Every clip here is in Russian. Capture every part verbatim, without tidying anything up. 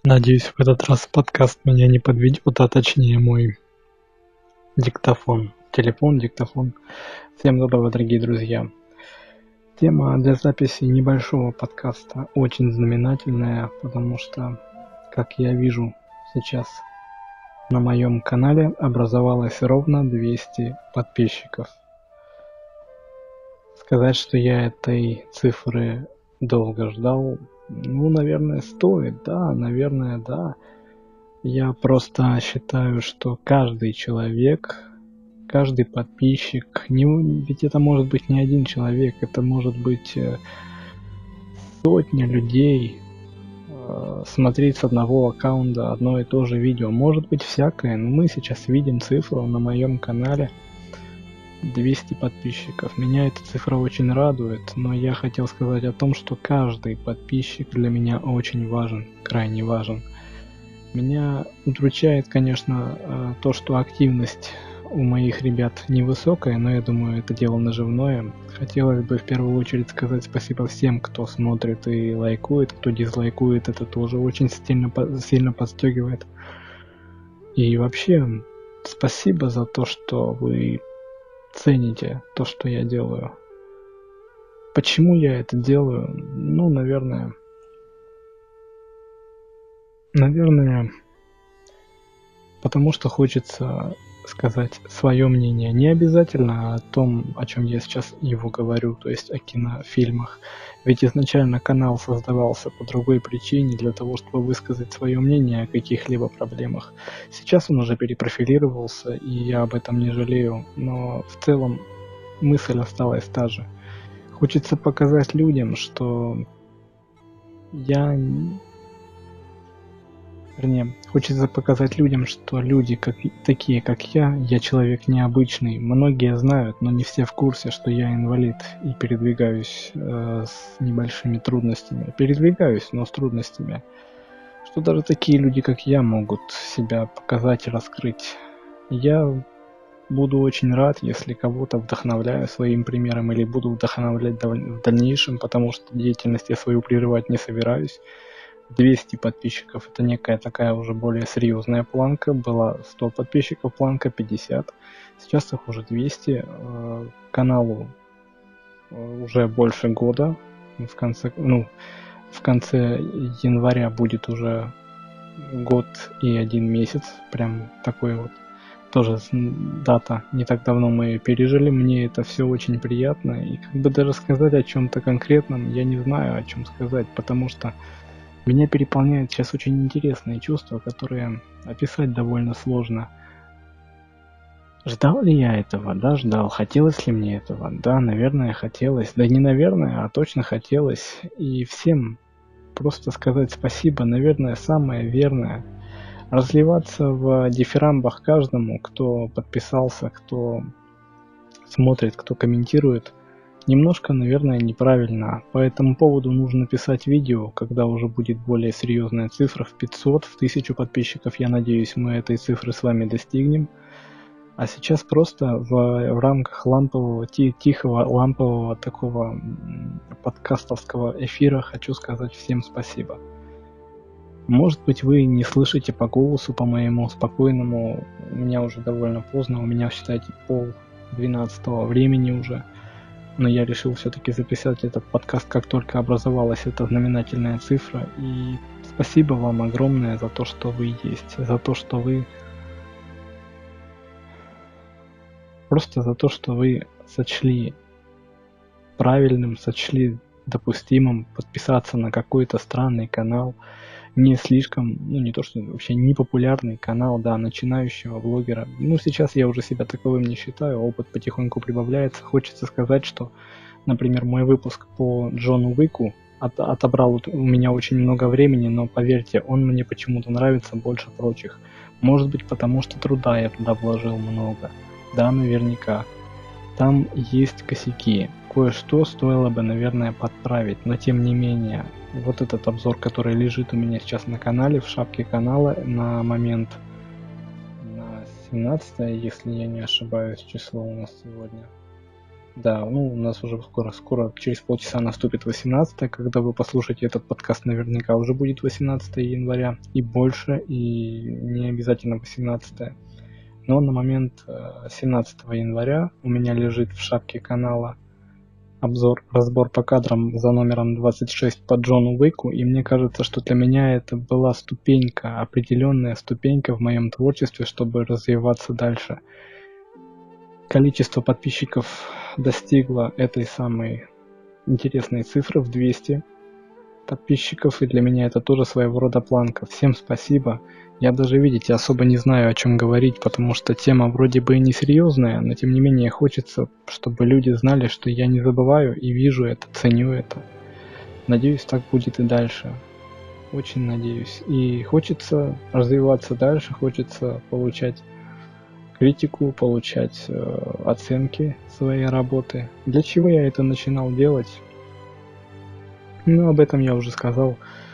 Надеюсь, в этот раз подкаст меня не подведет, а точнее мой диктофон. Телефон, диктофон. Всем доброго, дорогие друзья. Тема для записи небольшого подкаста очень знаменательная, потому что, как я вижу сейчас, на моем канале образовалось ровно двести подписчиков. Сказать, что я этой цифры долго ждал, ну, наверное, стоит, да, наверное, да. Я просто считаю, что каждый человек, каждый подписчик, не, ведь это может быть не один человек, это может быть сотня людей, э, смотреть с одного аккаунта одно и то же видео. Может быть всякое, но мы сейчас видим цифру на моем канале двести подписчиков. Меня эта цифра очень радует, но я хотел сказать о том, что каждый подписчик для меня очень важен, крайне важен. Меня удручает, конечно, то, что активность у моих ребят невысокая, но я думаю, это дело наживное. Хотелось бы в первую очередь сказать спасибо всем, кто смотрит и лайкует, кто дизлайкует, это тоже очень сильно, сильно подстегивает. И вообще, спасибо за то, что вы цените то, что я делаю. Почему я это делаю? Ну, наверное... Наверное, потому что хочется сказать свое мнение. Не обязательно о том, о чем я сейчас его говорю, то есть о кинофильмах. Ведь изначально канал создавался по другой причине, для того, чтобы высказать свое мнение о каких-либо проблемах. Сейчас он уже перепрофилировался, и я об этом не жалею, но в целом мысль осталась та же. Хочется показать людям, что я... Вернее, хочется показать людям, что люди, как, такие как я, я человек необычный. Многие знают, но не все в курсе, что я инвалид и передвигаюсь э, с небольшими трудностями. Передвигаюсь, но с трудностями. Что даже такие люди, как я, могут себя показать и раскрыть. Я буду очень рад, если кого-то вдохновляю своим примером или буду вдохновлять в дальнейшем, потому что деятельность я свою прерывать не собираюсь. двести подписчиков — это некая такая уже более серьезная планка. Была сто подписчиков, планка пятьдесят. Сейчас их уже двести. Каналу уже больше года. В конце, ну, в конце января будет уже год и один месяц. Прям такой вот тоже дата. Не так давно мы ее пережили. Мне это все очень приятно. И как бы даже сказать о чем-то конкретном я не знаю, о чем сказать, потому что меня переполняют сейчас очень интересные чувства, которые описать довольно сложно. Ждал ли я этого? Да, ждал. Хотелось ли мне этого? Да, наверное, хотелось. Да не наверное, а точно хотелось. И всем просто сказать спасибо, наверное, самое верное. Разливаться в дифирамбах каждому, кто подписался, кто смотрит, кто комментирует. Немножко, наверное, неправильно. По этому поводу нужно писать видео, когда уже будет более серьезная цифра в пятьсот, в тысячу подписчиков. Я надеюсь, мы этой цифры с вами достигнем. А сейчас просто в, в рамках лампового, тихого, лампового такого подкастовского эфира хочу сказать всем спасибо. Может быть, вы не слышите по голосу, по моему спокойному. У меня уже довольно поздно, у меня, считайте, пол двенадцатого времени уже. Но я решил все-таки записать этот подкаст, как только образовалась эта знаменательная цифра. И спасибо вам огромное за то, что вы есть, за то, что вы... Просто за то, что вы сочли правильным, сочли допустимым подписаться на какой-то странный канал, не слишком, ну не то что вообще не популярный канал, да, начинающего блогера. Ну сейчас я уже себя таковым не считаю, опыт потихоньку прибавляется. Хочется сказать, что, например, мой выпуск по Джону Уику от, отобрал у меня очень много времени, но поверьте, он мне почему-то нравится больше прочих. Может быть, потому что труда я туда вложил много. Да, наверняка. Там есть косяки. Кое-что стоило бы, наверное, подправить, но тем не менее, вот этот обзор, который лежит у меня сейчас на канале, в шапке канала, на момент на семнадцатое, если я не ошибаюсь, число у нас сегодня. Да, ну, у нас уже скоро, скоро, через полчаса наступит восемнадцатое, когда вы послушаете этот подкаст, наверняка уже будет восемнадцатое января, и больше, и не обязательно восемнадцатое. Но на момент семнадцатого января у меня лежит в шапке канала обзор, разбор по кадрам за номером двадцать шесть по Джону Уику, и мне кажется, что для меня это была ступенька, определенная ступенька в моем творчестве, чтобы развиваться дальше. Количество подписчиков достигло этой самой интересной цифры в двести подписчиков, и для меня это тоже своего рода планка. Всем спасибо. Я даже, видите, особо не знаю, о чем говорить, потому что тема вроде бы и не серьезная, но тем не менее хочется, чтобы люди знали, что я не забываю и вижу это, ценю это. Надеюсь, так будет и дальше. Очень надеюсь. И хочется развиваться дальше, хочется получать критику, получать э, оценки своей работы. Для чего я это начинал делать? Ну, об этом я уже сказал.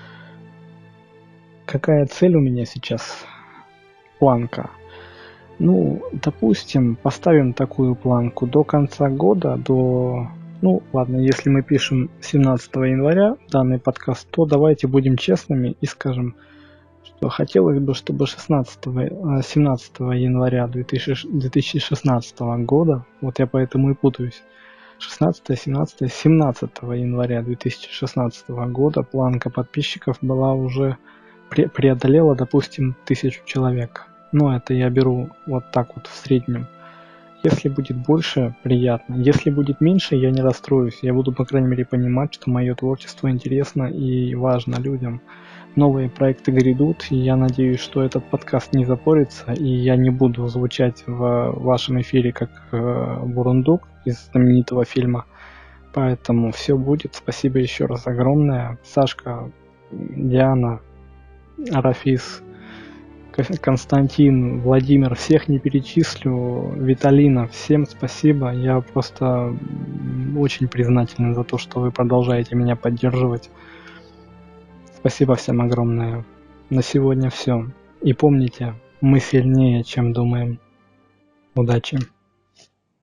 Какая цель у меня сейчас? Планка. Ну, допустим, поставим такую планку до конца года, до... Ну, ладно, если мы пишем семнадцатого января данный подкаст, то давайте будем честными и скажем, что хотелось бы, чтобы шестнадцатого, семнадцатого января две тысячи шестнадцатого года, вот я поэтому и путаюсь, шестнадцатого, семнадцатого, семнадцатого января две тысячи шестнадцатого года планка подписчиков была уже пре- преодолела, допустим, тысячу человек. Ну, это я беру вот так вот в среднем. Если будет больше, приятно. Если будет меньше, я не расстроюсь. Я буду, по крайней мере, понимать, что мое творчество интересно и важно людям. Новые проекты грядут, и я надеюсь, что этот подкаст не запорится, и я не буду звучать в вашем эфире как э, Бурундук из знаменитого фильма. Поэтому все будет. Спасибо еще раз огромное. Сашка, Диана, Рафис, Константин, Владимир, всех не перечислю, Виталина, всем спасибо. Я просто очень признателен за то, что вы продолжаете меня поддерживать. Спасибо всем огромное. На сегодня все. И помните, мы сильнее, чем думаем. Удачи!